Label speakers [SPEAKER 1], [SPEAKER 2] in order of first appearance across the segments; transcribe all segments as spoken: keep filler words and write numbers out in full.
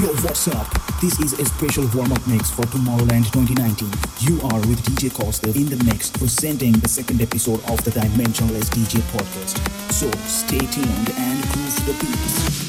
[SPEAKER 1] Yo, what's up? This is a special warm-up mix for Tomorrowland twenty nineteen. You are with D J Costa in the mix, presenting the second episode of the Dimensionless D J podcast. So stay tuned and cruise to the beats.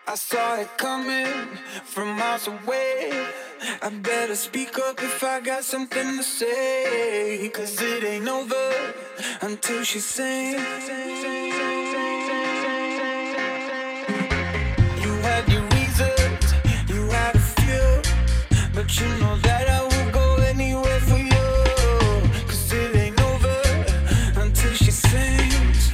[SPEAKER 2] I saw it coming from miles away. I better speak up if I got something to say. Cause it ain't over until she sings. You had your reasons, you had a few, but you know that I will go anywhere for you. Cause it ain't over until she sings.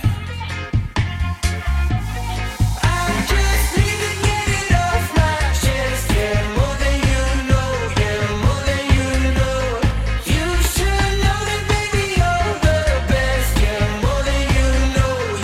[SPEAKER 2] I just need to get it off my chest. Yeah, more than you know, yeah, more than you know. You should know that baby you're the best. Yeah, more than you know,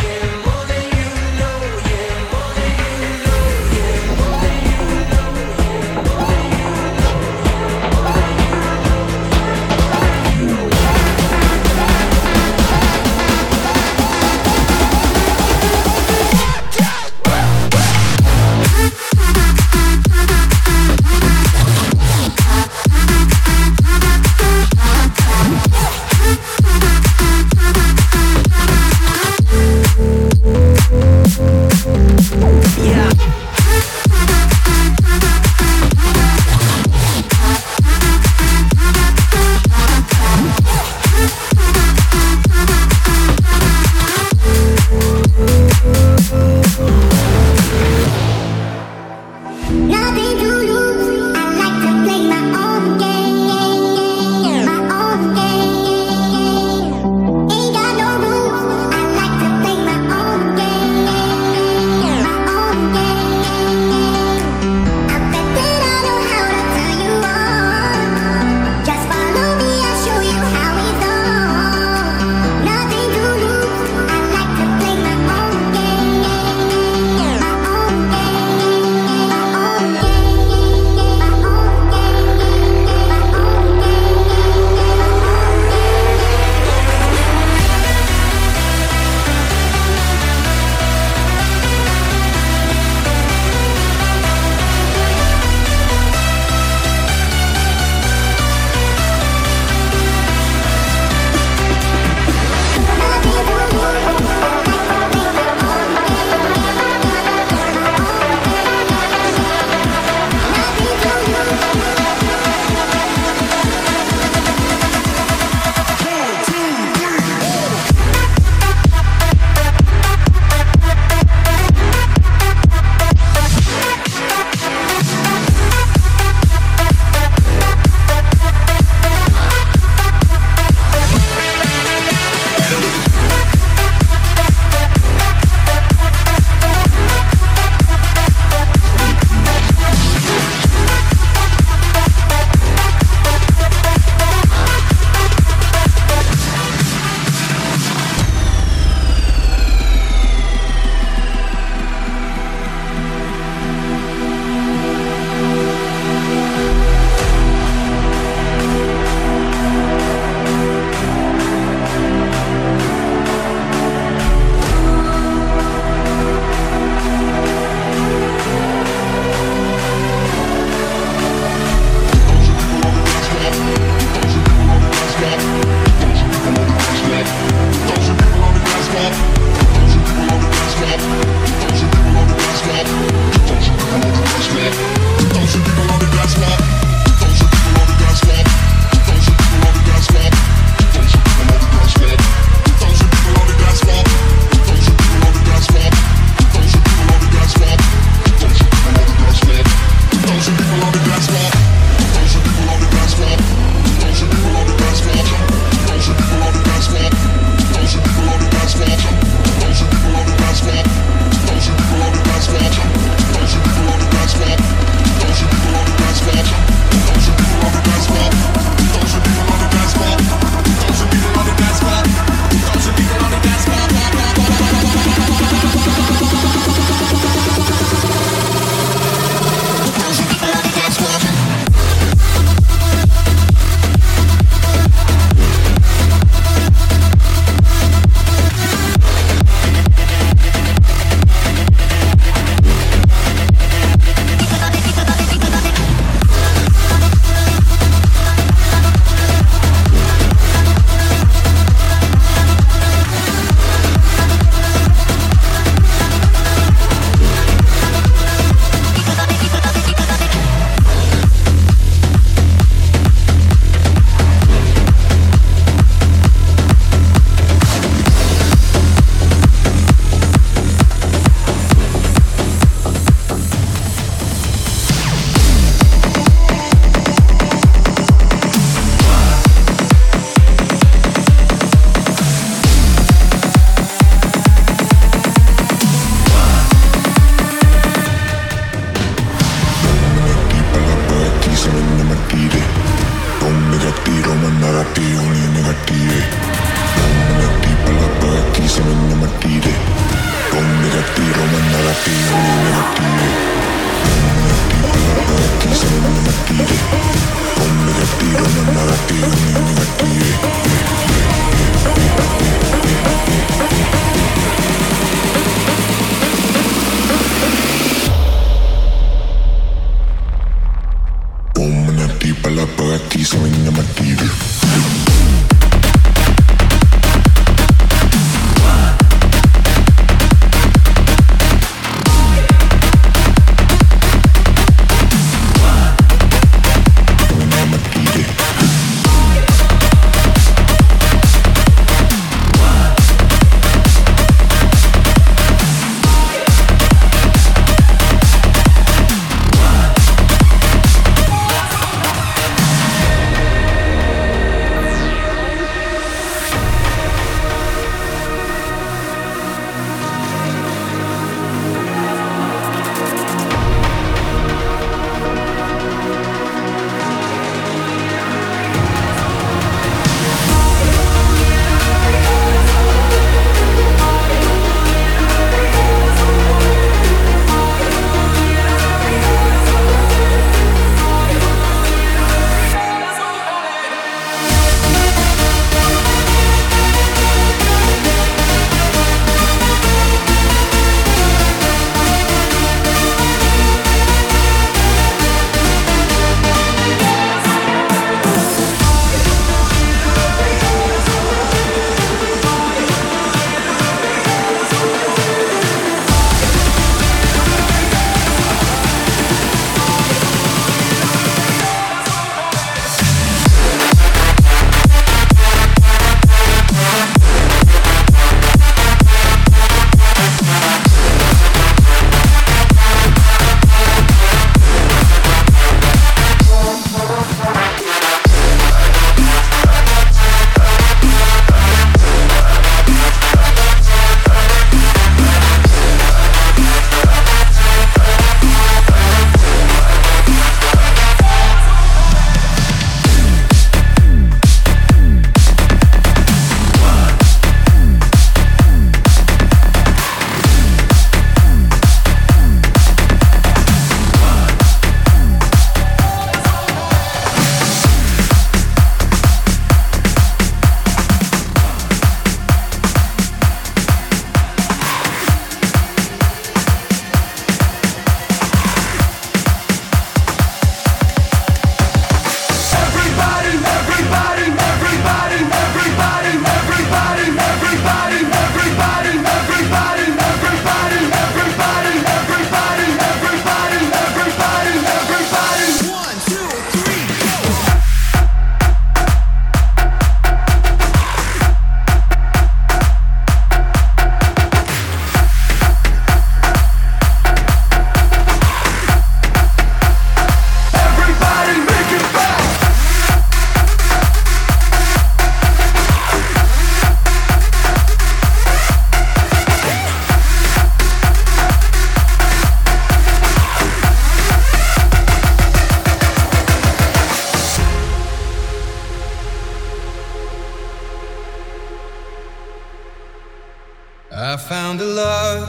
[SPEAKER 2] love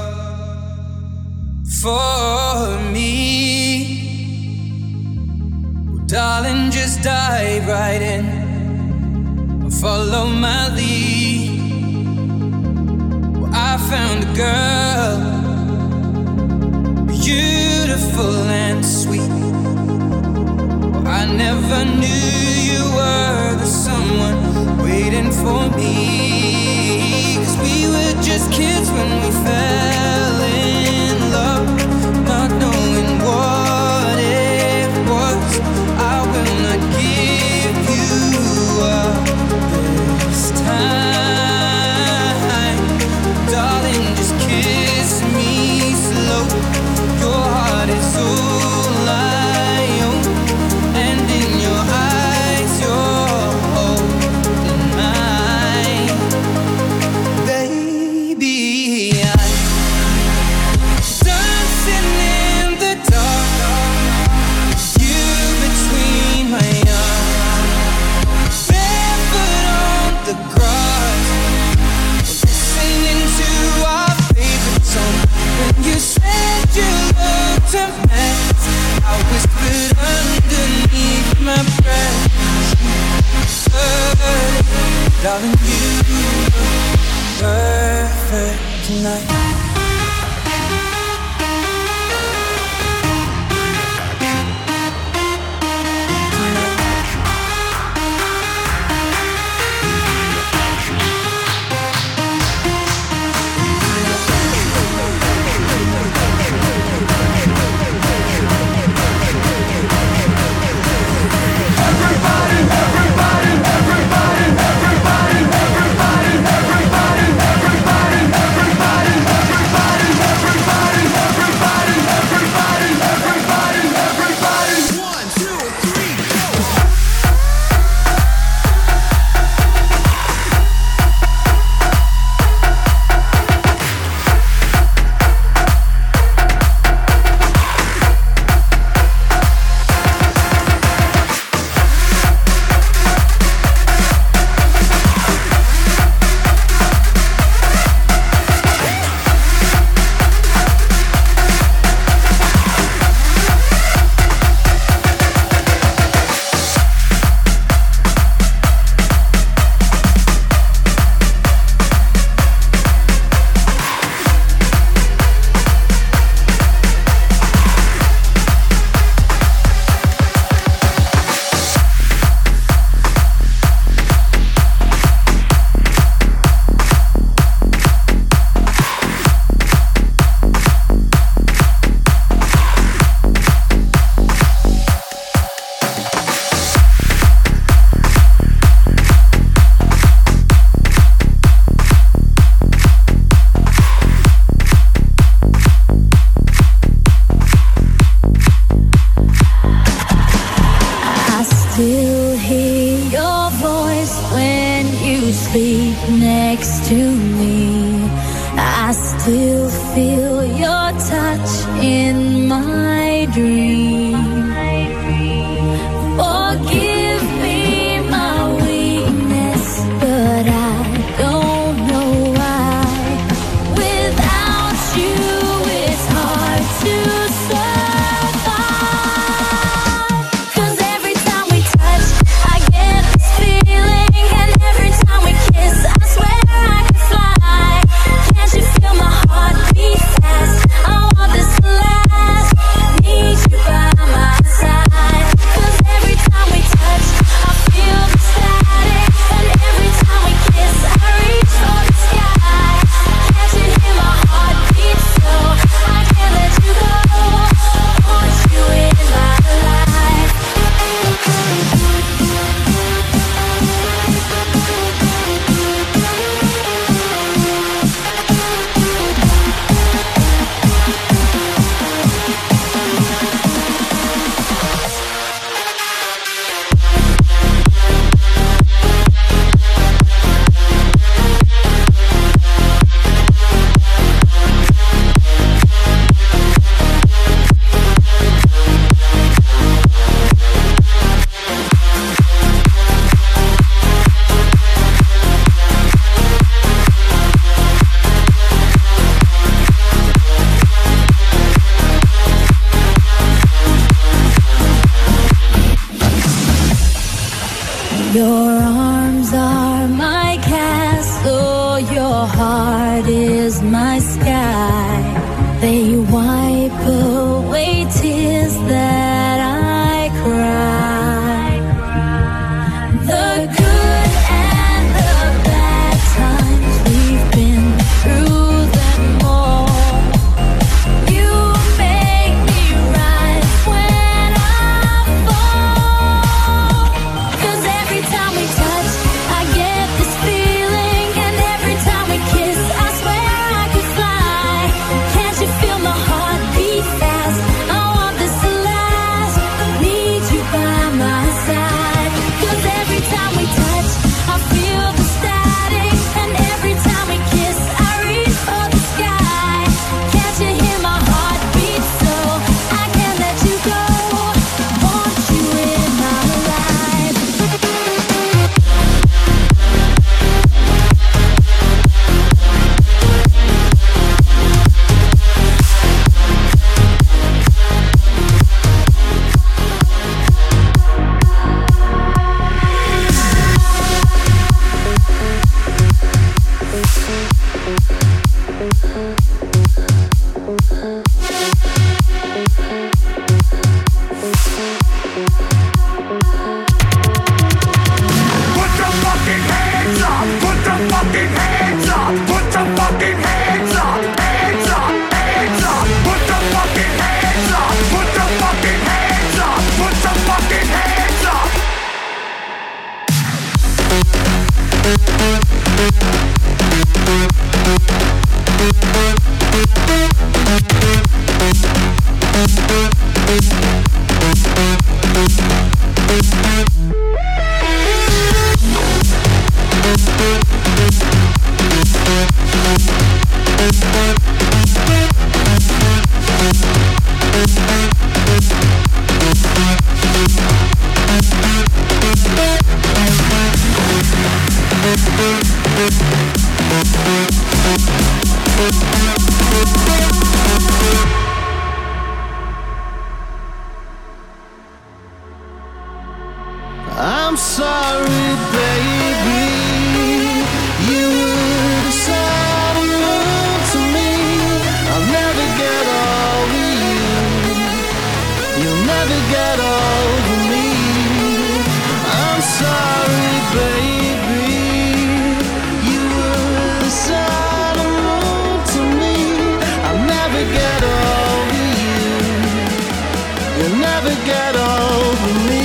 [SPEAKER 2] for me. Well, darling, just dive right in, follow my lead. Well, I found a girl, beautiful and sweet. Well, I never knew you were the someone waiting for me. 'Cause we were just kids when we fell in love, not knowing what it was. I will not give you up this time, darling, just kiss me slow. Your heart is all I own, and in your eyes you're holding mine. Baby, I'm dancing in the dark, you between my arms, barefoot on the grass, listening to our favorite song. When you said you looked a mess, I whispered underneath my breath, darling, you look perfect tonight.
[SPEAKER 3] Fast. I want this to last. Need you by I'm sorry, baby. You were the sun and moon to me. I'll never get over you. You'll never get over me. I'm sorry, baby. You were the sun and moon to me. I'll never get over you. You'll never get over me.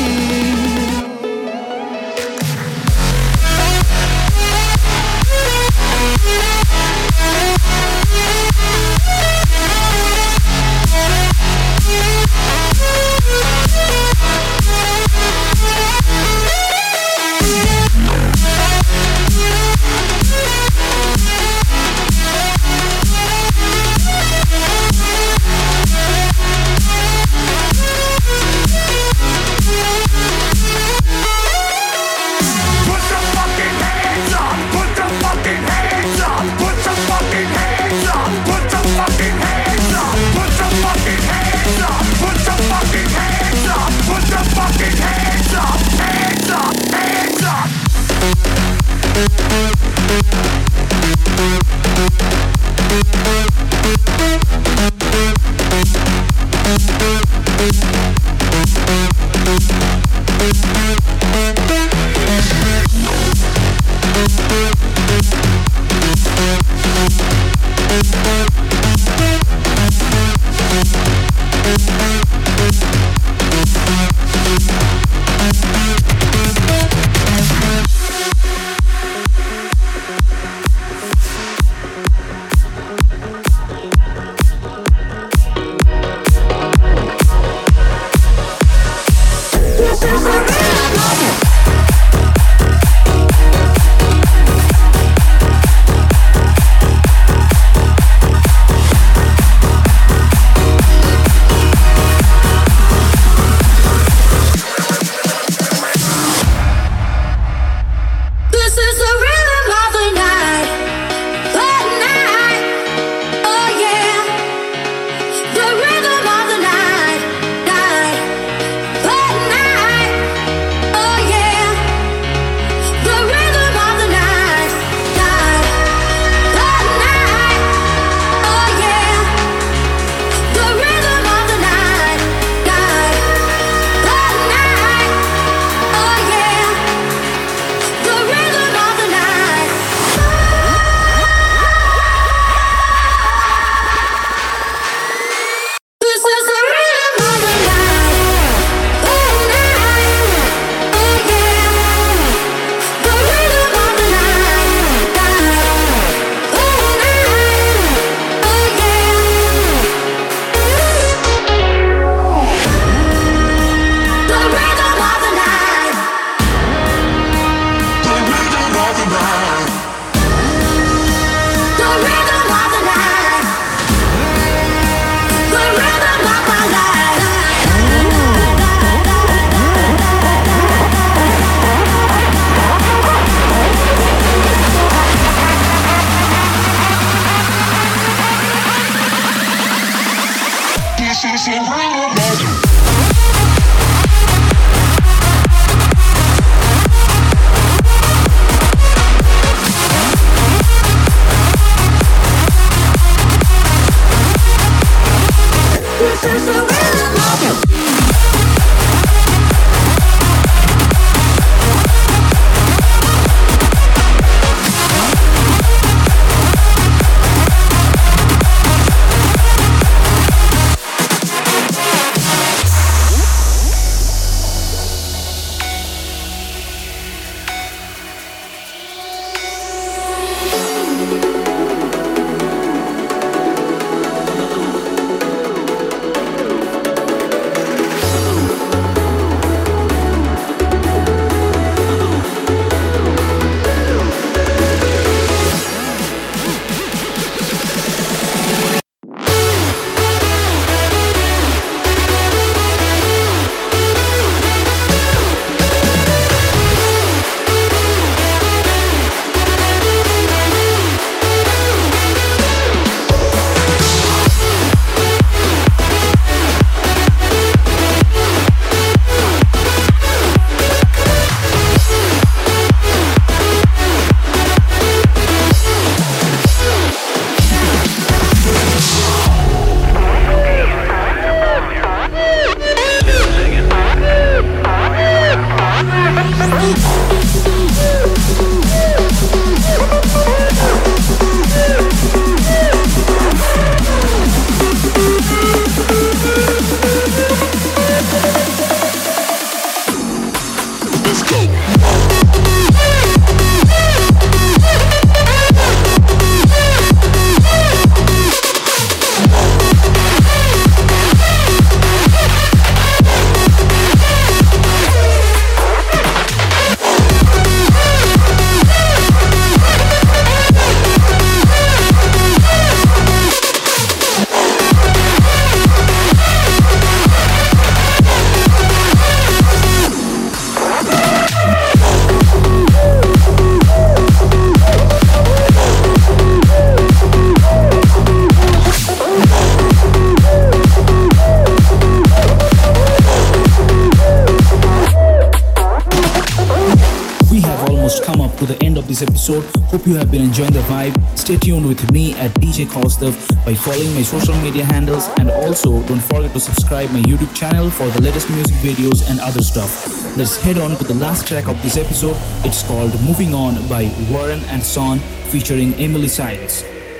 [SPEAKER 1] this episode. Hope you have been enjoying the vibe. Stay tuned with me at D J Kaustav by following my social media handles, and also don't forget to subscribe my YouTube channel for the latest music videos and other stuff. Let's head on to the last track of this episode. It's called Moving On by Warren and Son featuring Emily Cyrus.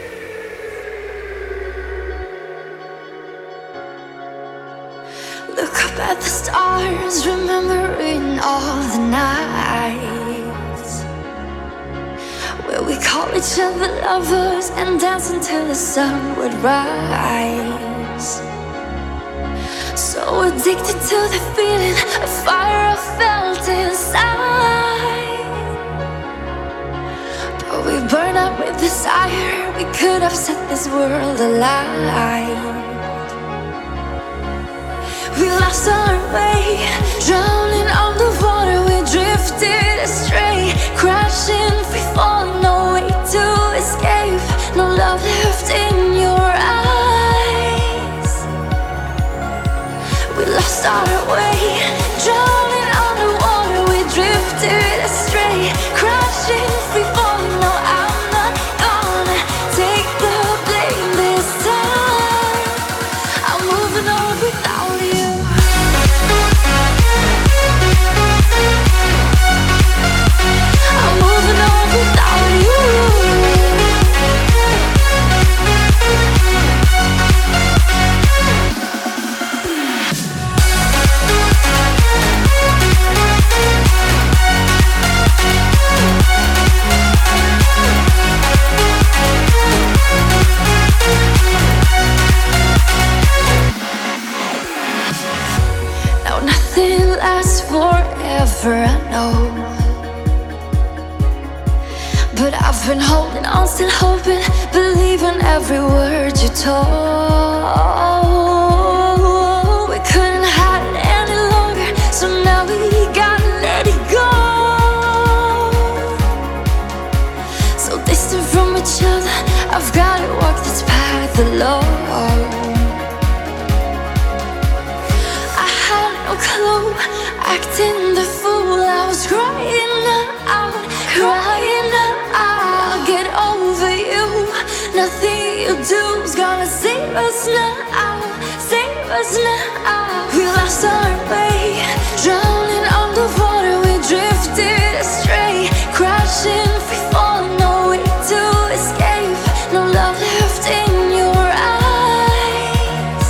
[SPEAKER 4] Look up at the stars, remembering all the nights where we call each other lovers and dance until the sun would rise. So addicted to the feeling of fire I felt inside, but we burn up with desire. We could have set this world alight. We lost our way, drowning on the water. We drifted astray, crashing, free falling, no way to escape. No love left in your eyes. We lost our way, drowning on the water. We drifted astray, crashing, free falling. No, I'm not gonna take the blame this time. I'm moving on without you. I'm moving on without you. Now nothing lasts forever, I know. But I've been holding on, still hoping, believing every word you told. We couldn't hide it any longer, so now we gotta let it go. So distant from each other, I've gotta walk this path alone. I had no clue, acting the fool. I was crying out, crying out. I'll get over you. Nothing you do's gonna save us now, save us now. We lost our way, drowning on the water. We drifted astray, crashing, free falling, no way to escape. No love left in your eyes.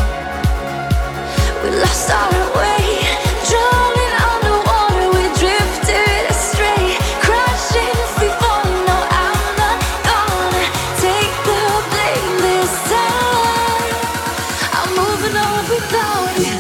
[SPEAKER 4] We lost our way, drowning on the water. We drifted astray, crashing, free falling. No, I'm not gonna take the blame this time. I'm moving on without you.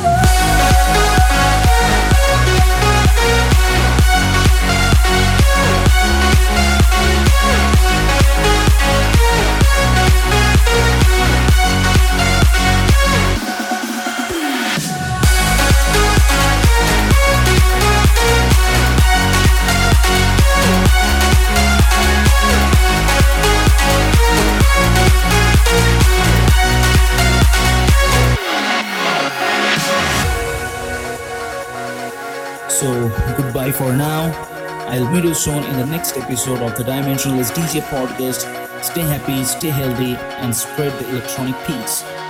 [SPEAKER 1] So, goodbye for now. I'll meet you soon in the next episode of the Dimensionless D J podcast. Stay happy, stay healthy, and spread the electronic peace.